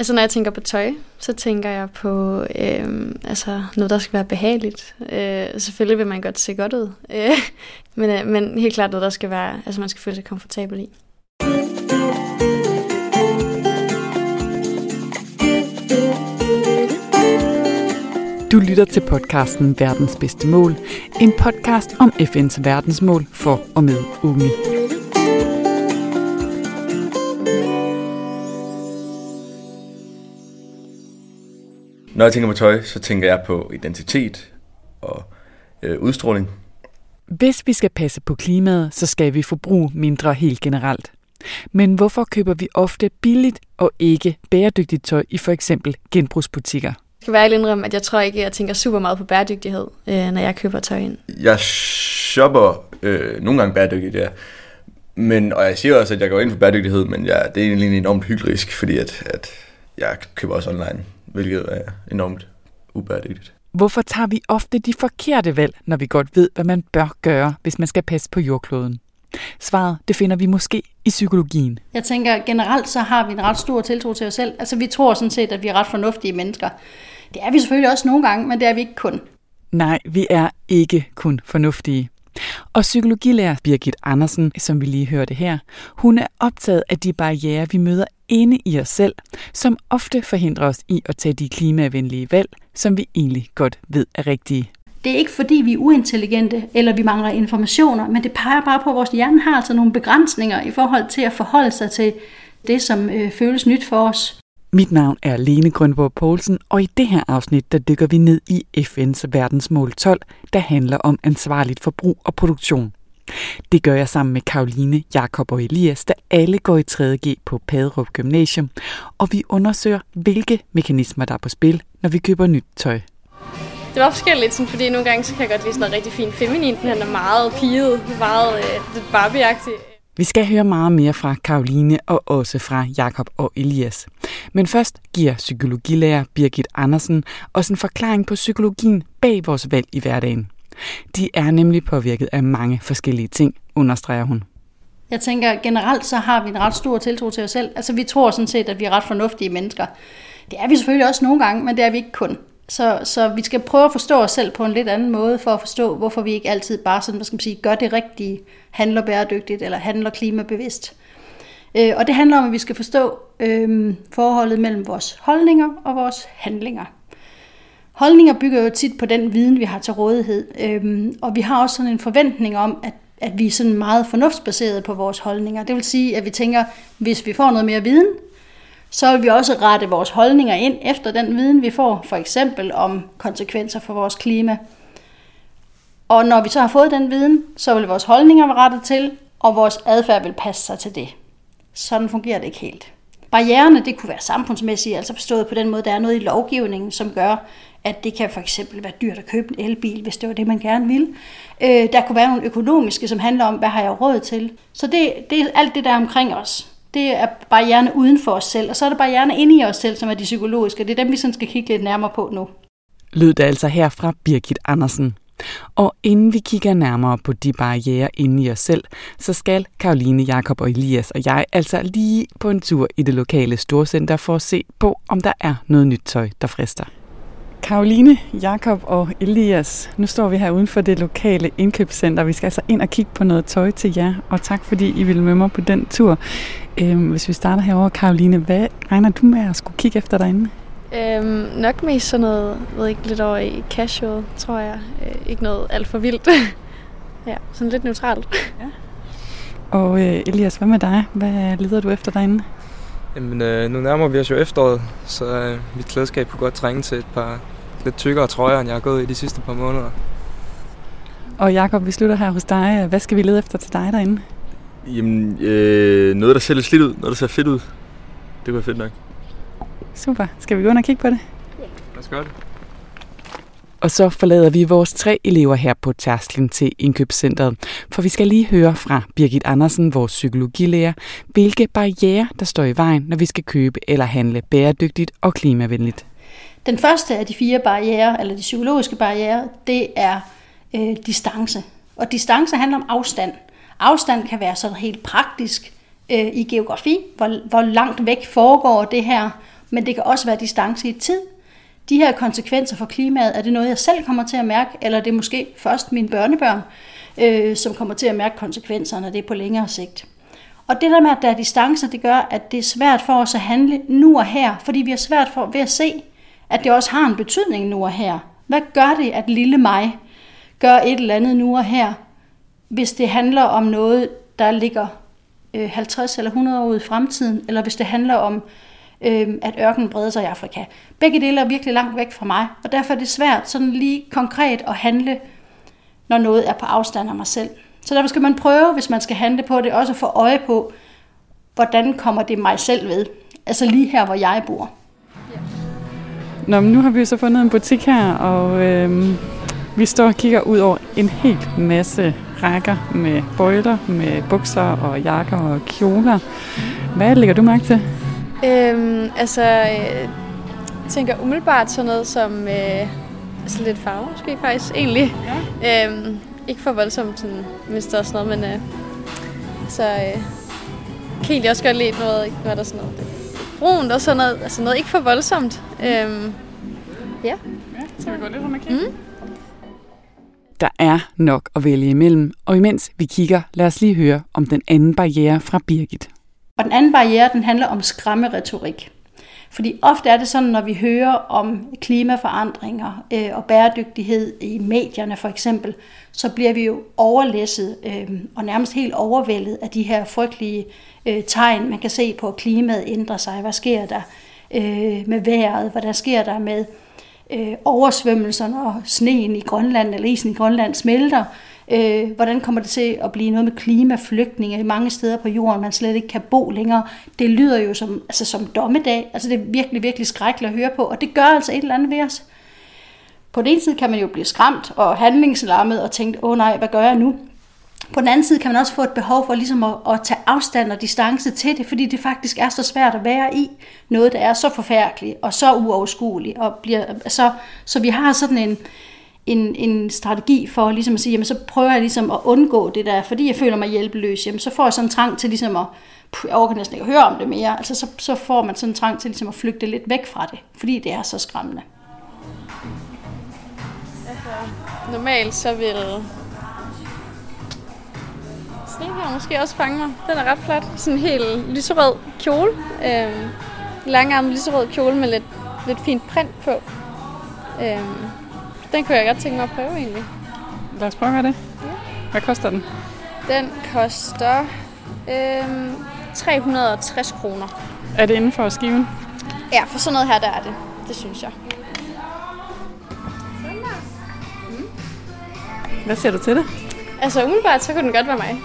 Altså når jeg tænker på tøj, så tænker jeg på noget, der skal være behageligt. Selvfølgelig vil man godt se godt ud, men helt klart noget, der skal være, man skal føle sig komfortabel i. Du lytter til podcasten Verdens Bedste Mål, en podcast om FN's verdensmål for og med unge. Når jeg tænker på tøj, så tænker jeg på identitet og udstråling. Hvis vi skal passe på klimaet, så skal vi forbruge mindre helt generelt. Men hvorfor køber vi ofte billigt og ikke bæredygtigt tøj i for eksempel genbrugsbutikker? Jeg skal være ærlig indrømme, at jeg tror ikke, jeg tænker super meget på bæredygtighed, når jeg køber tøj ind. Jeg shopper nogle gange bæredygtigt, ja. Og jeg siger også, at jeg går ind for bæredygtighed, men det er egentlig enormt hyklerisk, fordi at jeg køber også online, hvilket er enormt ubæredygtigt. Hvorfor tager vi ofte de forkerte valg, når vi godt ved, hvad man bør gøre, hvis man skal passe på jordkloden? Svaret, det finder vi måske i psykologien. Jeg tænker, generelt så har vi en ret stor tiltro til os selv. Altså vi tror sådan set, at vi er ret fornuftige mennesker. Det er vi selvfølgelig også nogle gange, men det er vi ikke kun. Nej, vi er ikke kun fornuftige. Og psykologilærer Birgit Andersen, som vi lige hørte her, hun er optaget af de barrierer, vi møder inde i os selv, som ofte forhindrer os i at tage de klimavenlige valg, som vi egentlig godt ved er rigtige. Det er ikke fordi, vi er uintelligente, eller vi mangler informationer, men det peger bare på, at vores hjerne har altså nogle begrænsninger i forhold til at forholde sig til det, som føles nyt for os. Mit navn er Lene Grønborg Poulsen, og i det her afsnit, der dykker vi ned i FN's verdensmål 12, der handler om ansvarligt forbrug og produktion. Det gør jeg sammen med Caroline, Jakob og Elias, der alle går i 3.G på Paderup Gymnasium, og vi undersøger, hvilke mekanismer der er på spil, når vi køber nyt tøj. Det var forskelligt, fordi nogle gange så kan jeg godt lide sådan noget rigtig fint feminin. Den er meget piget, meget lidt Barbie-agtig. Vi skal høre meget mere fra Caroline og også fra Jakob og Elias. Men først giver psykologilærer Birgit Andersen os en forklaring på psykologien bag vores valg i hverdagen. De er nemlig påvirket af mange forskellige ting, understreger hun. Jeg tænker, generelt så har vi en ret stor tiltro til os selv. Altså vi tror sådan set, at vi er ret fornuftige mennesker. Det er vi selvfølgelig også nogle gange, men det er vi ikke kun. Så vi skal prøve at forstå os selv på en lidt anden måde, for at forstå, hvorfor vi ikke altid bare sådan, gør det rigtige, handler bæredygtigt eller handler klimabevidst. Og det handler om, at vi skal forstå forholdet mellem vores holdninger og vores handlinger. Holdninger bygger jo tit på den viden, vi har til rådighed, og vi har også sådan en forventning om, at vi er sådan meget fornuftsbaseret på vores holdninger. Det vil sige, at vi tænker, hvis vi får noget mere viden, så vil vi også rette vores holdninger ind efter den viden, vi får, for eksempel om konsekvenser for vores klima. Og når vi så har fået den viden, så vil vores holdninger være rettet til, og vores adfærd vil passe sig til det. Sådan fungerer det ikke helt. Barriererne, det kunne være samfundsmæssige, altså forstået på den måde, der er noget i lovgivningen, som gør, at det kan for eksempel være dyrt at købe en elbil, hvis det var det, man gerne ville. Der kunne være nogle økonomiske, som handler om, hvad har jeg råd til. Så det er alt det, der er omkring os. Det er barriererne uden for os selv, og så er der barriererne inde i os selv, som er de psykologiske. Det er dem, vi sådan skal kigge lidt nærmere på nu. Lød det altså her fra Birgit Andersen. Og inden vi kigger nærmere på de barrierer inde i os selv, så skal Caroline, Jakob og Elias og jeg altså lige på en tur i det lokale storcenter for at se på, om der er noget nyt tøj, der frister. Caroline, Jakob og Elias, nu står vi her uden for det lokale indkøbscenter. Vi skal altså ind og kigge på noget tøj til jer, og tak fordi I ville med mig på den tur. Hvis vi starter herovre, Caroline, hvad regner du med at skulle kigge efter derinde? Nok mest sådan noget, lidt over i casual, tror jeg. Ikke noget alt for vildt. Ja, sådan lidt neutralt. Ja. Og Elias, hvad med dig? Hvad leder du efter derinde? Jamen, nu nærmer vi os jo efteråret, så mit klædeskab kunne godt trænge til et par lidt tykkere trøjer, end jeg har gået i de sidste par måneder. Og Jakob, vi slutter her hos dig. Hvad skal vi lede efter til dig derinde? Jamen, noget der ser lidt slidt ud, noget der ser fedt ud. Det kunne være fedt nok. Super. Skal vi gå ind og kigge på det? Ja. Lad os gøre det. Og så forlader vi vores 3 elever her på tærsklen til indkøbscentret, for vi skal lige høre fra Birgit Andersen, vores psykologilærer, hvilke barrierer der står i vejen, når vi skal købe eller handle bæredygtigt og klimavenligt. Den første af de 4 barrierer, eller de psykologiske barrierer, det er distance. Og distance handler om afstand. Afstand kan være sådan helt praktisk i geografi. Hvor langt væk foregår det her men det kan også være distance i tid. De her konsekvenser for klimaet, er det noget, jeg selv kommer til at mærke, eller er det måske først mine børnebørn, som kommer til at mærke konsekvenserne af det på længere sigt. Og det der med, at der er distancer, det gør, at det er svært for os at handle nu og her, fordi vi har svært ved at se, at det også har en betydning nu og her. Hvad gør det, at lille mig gør et eller andet nu og her, hvis det handler om noget, der ligger 50 eller 100 år ude i fremtiden, eller hvis det handler om, at ørkenen breder sig i Afrika. Begge dele er virkelig langt væk fra mig, og derfor er det svært sådan lige konkret at handle, når noget er på afstand af mig selv. Så derfor skal man prøve, hvis man skal handle på det, også at få øje på, hvordan kommer det mig selv ved. Altså lige her, hvor jeg bor. Nå, men nu har vi jo så fundet en butik her, og vi står og kigger ud over en hel masse rækker med bøjler, med bukser og jakker og kjoler. Hvad lægger du mærke til? Jeg tænker umiddelbart sådan noget som altså lidt farve, måske faktisk egentlig. Ja. Ikke for voldsomt sådan, hvis der er sådan noget, men kan egentlig også godt lide noget, når der er sådan noget brunt og sådan noget, altså noget ikke for voldsomt. Ja. Så vi går lidt rundt og kigge. Der er nok at vælge imellem, og imens vi kigger, lad os lige høre om den anden barriere fra Birgit. Og den anden barriere, den handler om skræmmeretorik. Fordi ofte er det sådan, når vi hører om klimaforandringer og bæredygtighed i medierne for eksempel, så bliver vi jo overlæsset og nærmest helt overvældet af de her frygtelige tegn, man kan se på, at klimaet ændrer sig. Hvad sker der med vejret? Hvad der sker der med oversvømmelserne og sneen i Grønland eller isen i Grønland smelter? Hvordan kommer det til at blive noget med klimaflygtninge i mange steder på jorden, man slet ikke kan bo længere? Det lyder jo som dommedag. Altså det er virkelig, virkelig skrækkeligt at høre på, og det gør altså et eller andet ved os. På den ene side kan man jo blive skræmt og handlingslammet og tænke, nej, hvad gør jeg nu? På den anden side kan man også få et behov for ligesom at tage afstand og distance til det, fordi det faktisk er så svært at være i noget, der er så forfærdeligt og så uoverskueligt. Og så vi har sådan en strategi for ligesom at sige, jamen så prøver jeg ligesom at undgå det der, fordi jeg føler mig hjælpeløs, jamen så får jeg sådan en trang til ligesom at, jeg overgår næsten ikke at høre om det mere, altså så får man sådan en trang til ligesom at flygte lidt væk fra det, fordi det er så skræmmende. Altså, normalt så vil sneen her måske også fange mig. Den er ret flot. Sådan en helt lyserød kjole. Langarmet lyserød kjole med lidt fint print på. Den kunne jeg godt tænke mig at prøve egentlig. Lad os prøve det. Ja. Hvad koster den? Den koster 360 kroner. Er det inden for skiven? Ja, for sådan noget her, der er det. Det synes jeg. Hvad siger du til det? Altså umiddelbart, så kunne den godt være mig.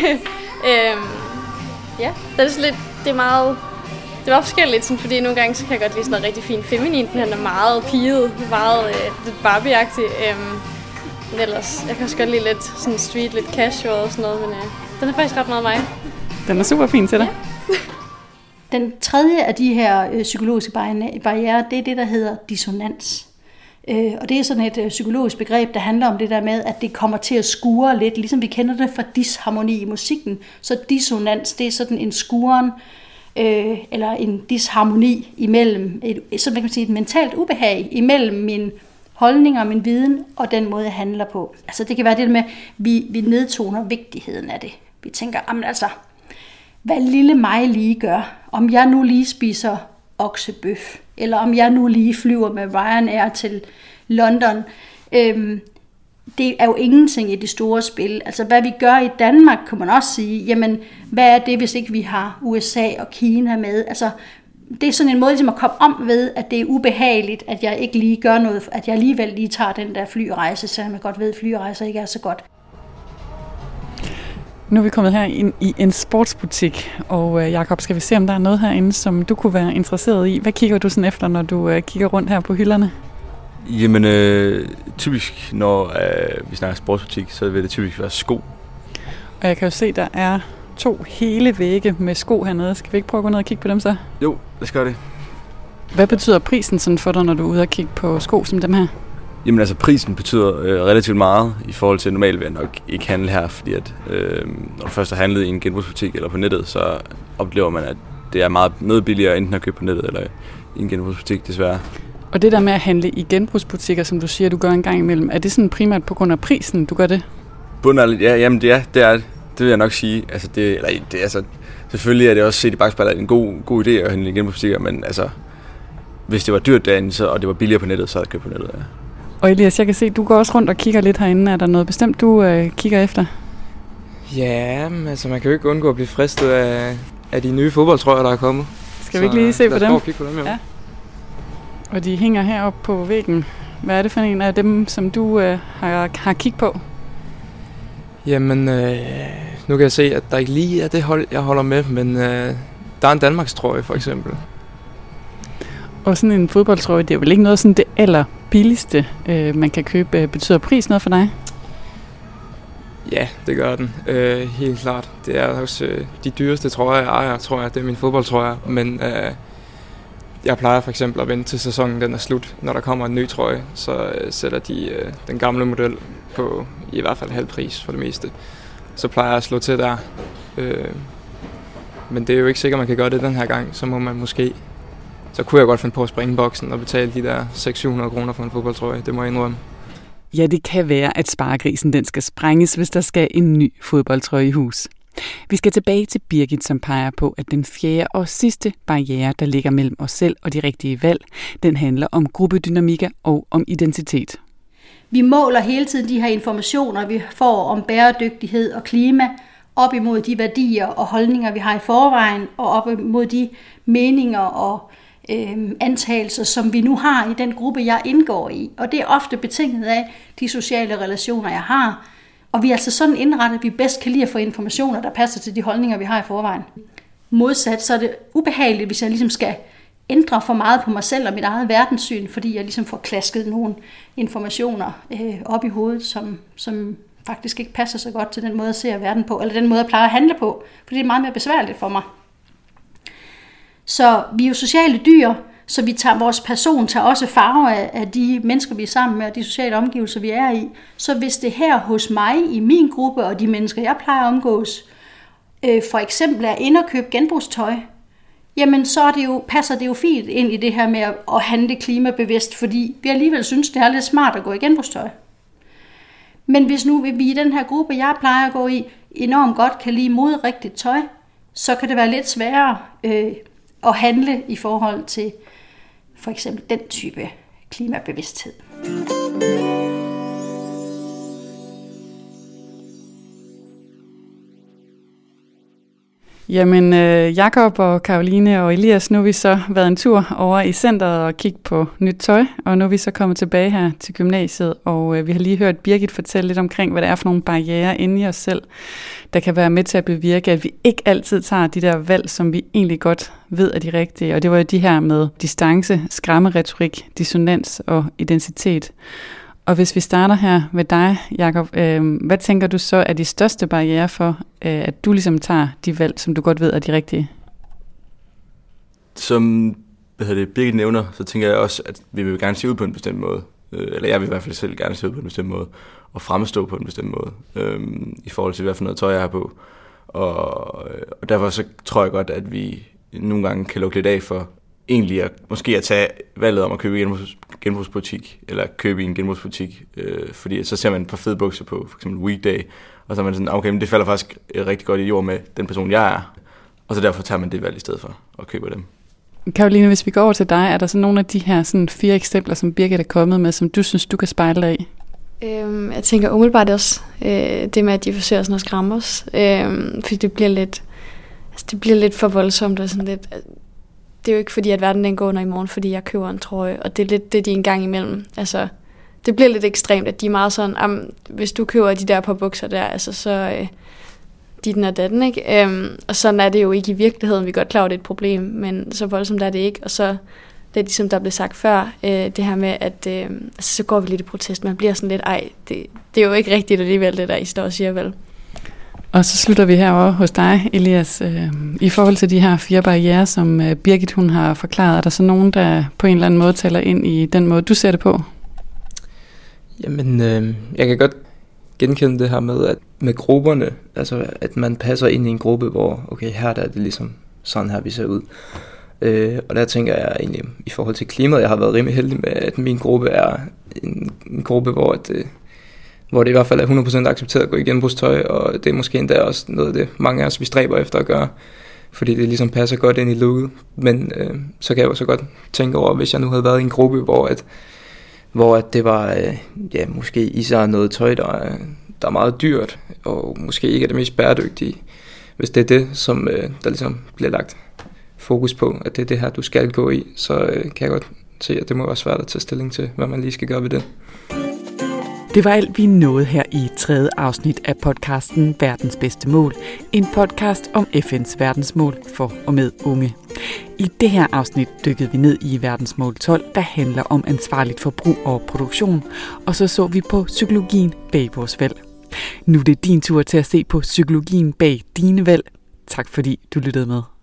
Ja, det er meget forskelligt, sådan, fordi nogle gange så kan jeg godt lide sådan noget rigtig fint feminin. Den er meget piget, meget lidt Barbie-agtig. Men ellers, jeg kan også godt lide lidt sådan street, lidt casual og sådan noget, men den er faktisk ret meget mig. Den er super fin til dig. Ja. Den tredje af de her psykologiske barrierer, det er det, der hedder dissonans. Og det er sådan et psykologisk begreb, der handler om det der med, at det kommer til at skure lidt, ligesom vi kender det fra disharmoni i musikken. Så dissonans, det er sådan en skuren, eller en disharmoni imellem, så man kan sige et mentalt ubehag imellem min holdning og min viden og den måde, jeg handler på. Altså det kan være det med, vi nedtoner vigtigheden af det. Vi tænker, altså, hvad lille mig lige gør, om jeg nu lige spiser oksebøf, eller om jeg nu lige flyver med Ryanair til London. Det er jo ingenting i det store spil. Altså hvad vi gør i Danmark, kan man også sige, jamen hvad er det, hvis ikke vi har USA og Kina med? Altså det er sådan en måde ligesom at komme om ved, at det er ubehageligt, at jeg ikke lige gør noget, at jeg alligevel lige tager den der flyrejse, selvom jeg godt ved, at flyrejser ikke er så godt. Nu er vi kommet her ind i en sportsbutik, og Jakob, skal vi se, om der er noget herinde, som du kunne være interesseret i? Hvad kigger du sådan efter, når du kigger rundt her på hylderne? Jamen, typisk, når vi snakker sportsbutik, så vil det typisk være sko. Og jeg kan jo se, der er 2 hele vægge med sko hernede. Skal vi ikke prøve at gå ned og kigge på dem så? Jo, lad os gøre det. Hvad betyder prisen sådan for dig, når du er ude og kigge på sko som dem her? Jamen altså, prisen betyder relativt meget i forhold til normalt vil jeg nok ikke handle her, fordi at når du først har handlet i en genbrugsbutik eller på nettet, så oplever man, at det er noget billigere enten at købe på nettet eller i en genbrugsbutik, desværre. Og det der med at handle i genbrugsbutikker, som du siger, du gør en gang imellem, er det sådan primært på grund af prisen, du gør det? Bunderligt, ja, jamen det er det. Det vil jeg nok sige. Altså selvfølgelig er det også set i bakspejlet en god idé at handle i genbrugsbutikker, men altså, hvis det var dyrt derinde, og det var billigere på nettet, så havde jeg købt på nettet, ja. Og Elias, jeg kan se, du går også rundt og kigger lidt herinde. Er der noget bestemt, du kigger efter? Ja, altså man kan jo ikke undgå at blive fristet af de nye fodboldtrøjer, der er kommet. Skal vi ikke lige se på dem? Lad os kigge på dem, jo. Ja. Og de hænger heroppe på væggen. Hvad er det for en af dem, som du har kigget på? Jamen, nu kan jeg se, at der ikke lige er det hold, jeg holder med, men der er en Danmarkstrøje for eksempel. Og sådan en fodboldtrøje, det er vel ikke noget sådan det allerbilligste, man kan købe. Betyder pris noget for dig? Ja, det gør den. Helt klart. Det er også de dyreste trøjer, jeg ejer, tror jeg. Det er mine fodboldtrøjer, men jeg plejer for eksempel at vente til sæsonen den er slut. Når der kommer en ny trøje, så sætter de den gamle model på i hvert fald halv pris for det meste. Så plejer jeg at slå til der. Men det er jo ikke sikkert, man kan gøre det den her gang. Så må man måske... Så kunne jeg godt finde på at springe boksen og betale de der 600-700 kroner for en fodboldtrøje. Det må jeg indrømme. Ja, det kan være, at sparegrisen den skal sprænges, hvis der skal en ny fodboldtrøje i hus. Vi skal tilbage til Birgit, som peger på, at den fjerde og sidste barriere, der ligger mellem os selv og de rigtige valg, den handler om gruppedynamikker og om identitet. Vi måler hele tiden de her informationer, vi får om bæredygtighed og klima, op imod de værdier og holdninger, vi har i forvejen, og op imod de meninger og antagelser, som vi nu har i den gruppe, jeg indgår i. Og det er ofte betinget af de sociale relationer, jeg har. Og vi er altså sådan indrettet, at vi bedst kan lide at få informationer, der passer til de holdninger, vi har i forvejen. Modsat, så er det ubehageligt, hvis jeg ligesom skal ændre for meget på mig selv og mit eget verdenssyn, fordi jeg ligesom får klasket nogle informationer op i hovedet, som faktisk ikke passer så godt til den måde, jeg ser verden på, eller den måde, jeg plejer at handle på, for det er meget mere besværligt for mig. Så vi er jo sociale dyr, så vores person tager også farve af de mennesker, vi er sammen med, og de sociale omgivelser, vi er i. Så hvis det her hos mig, i min gruppe, og de mennesker, jeg plejer at omgås, for eksempel er inde og købe genbrugstøj, jamen så passer det jo fint ind i det her med at handle klimabevidst, fordi vi alligevel synes, det er lidt smart at gå i genbrugstøj. Men hvis nu vi i den her gruppe, jeg plejer at gå i, enormt godt kan lide moderigtigt tøj, så kan det være lidt sværere at handle i forhold til for eksempel den type klimabevidsthed. Jamen, Jakob og Caroline og Elias, nu har vi så været en tur over i centret og kigge på nyt tøj, og nu er vi så kommet tilbage her til gymnasiet, og vi har lige hørt Birgit fortælle lidt omkring, hvad det er for nogle barrierer inde i os selv, der kan være med til at bevirke, at vi ikke altid tager de der valg, som vi egentlig godt ved er de rigtige, og det var jo de her med distance, skræmmeretorik, dissonans og identitet. Og hvis vi starter her med dig, Jakob, hvad tænker du så er de største barrierer for, at du ligesom tager de valg, som du godt ved er de rigtige? Som Birgit nævner, så tænker jeg også, at vi vil gerne se ud på en bestemt måde. Eller jeg vil i hvert fald selv gerne se ud på en bestemt måde. Og fremstå på en bestemt måde. I forhold til, hvad for noget tøj jeg har på. Og derfor så tror jeg godt, at vi nogle gange kan lukke lidt af for egentlig måske at tage valget om at købe i en genbrugsbutik, eller købe i en genbrugsbutik, fordi så ser man et par fede bukser på, for eksempel Weekday, og så er man sådan, okay, men det falder faktisk rigtig godt i jord med den person, jeg er, og så derfor tager man det valg i stedet for og køber dem. Caroline, hvis vi går over til dig, er der så nogle af de her sådan 4 eksempler, som Birgit er kommet med, som du synes, du kan spejle dig i? Jeg tænker umiddelbart også det med, at de forsøger sådan at skræmme os, fordi det bliver lidt for voldsomt og sådan lidt. Det er jo ikke fordi, at verden den går under i morgen, fordi jeg køber en trøje, og det er lidt det, de er en gang imellem. Altså, det bliver lidt ekstremt, at de er meget sådan, hvis du køber de der par bukser der, altså så dit og datten, ikke? Og sådan er det jo ikke i virkeligheden. Vi er godt klar over, det er et problem, men så voldsomt er det ikke. Og så det er ligesom der blev sagt før, det her med, at så går vi lidt i protest. Man bliver sådan lidt, det er jo ikke rigtigt alligevel, det der I står og siger, vel? Og så slutter vi herovre hos dig, Elias. I forhold til de her 4 barrierer, som Birgit hun har forklaret, er der så nogen, der på en eller anden måde taler ind i den måde, du ser det på? Jamen, jeg kan godt genkende det her med grupperne, altså at man passer ind i en gruppe, hvor okay, her der er det ligesom sådan her, vi ser ud. Og der tænker jeg egentlig i forhold til klimaet, jeg har været rimelig heldig med, at min gruppe er en gruppe, hvor det i hvert fald er 100% accepteret at gå i genbrugstøj, og det er måske endda også noget af det, mange af os vi stræber efter at gøre, fordi det ligesom passer godt ind i looket. Men så kan jeg jo så godt tænke over, hvis jeg nu havde været i en gruppe, hvor det var måske især noget tøj, der er meget dyrt, og måske ikke er det mest bæredygtige. Hvis det er det, som der ligesom bliver lagt fokus på, at det er det her, du skal gå i, så kan jeg godt se, at det må være svært at tage stilling til, hvad man lige skal gøre ved det. Det var alt, vi nåede her i 3. afsnit af podcasten Verdens Bedste Mål. En podcast om FN's verdensmål for og med unge. I det her afsnit dykkede vi ned i verdensmål 12, der handler om ansvarligt forbrug og produktion. Og så vi på psykologien bag vores valg. Nu er det din tur til at se på psykologien bag dine valg. Tak fordi du lyttede med.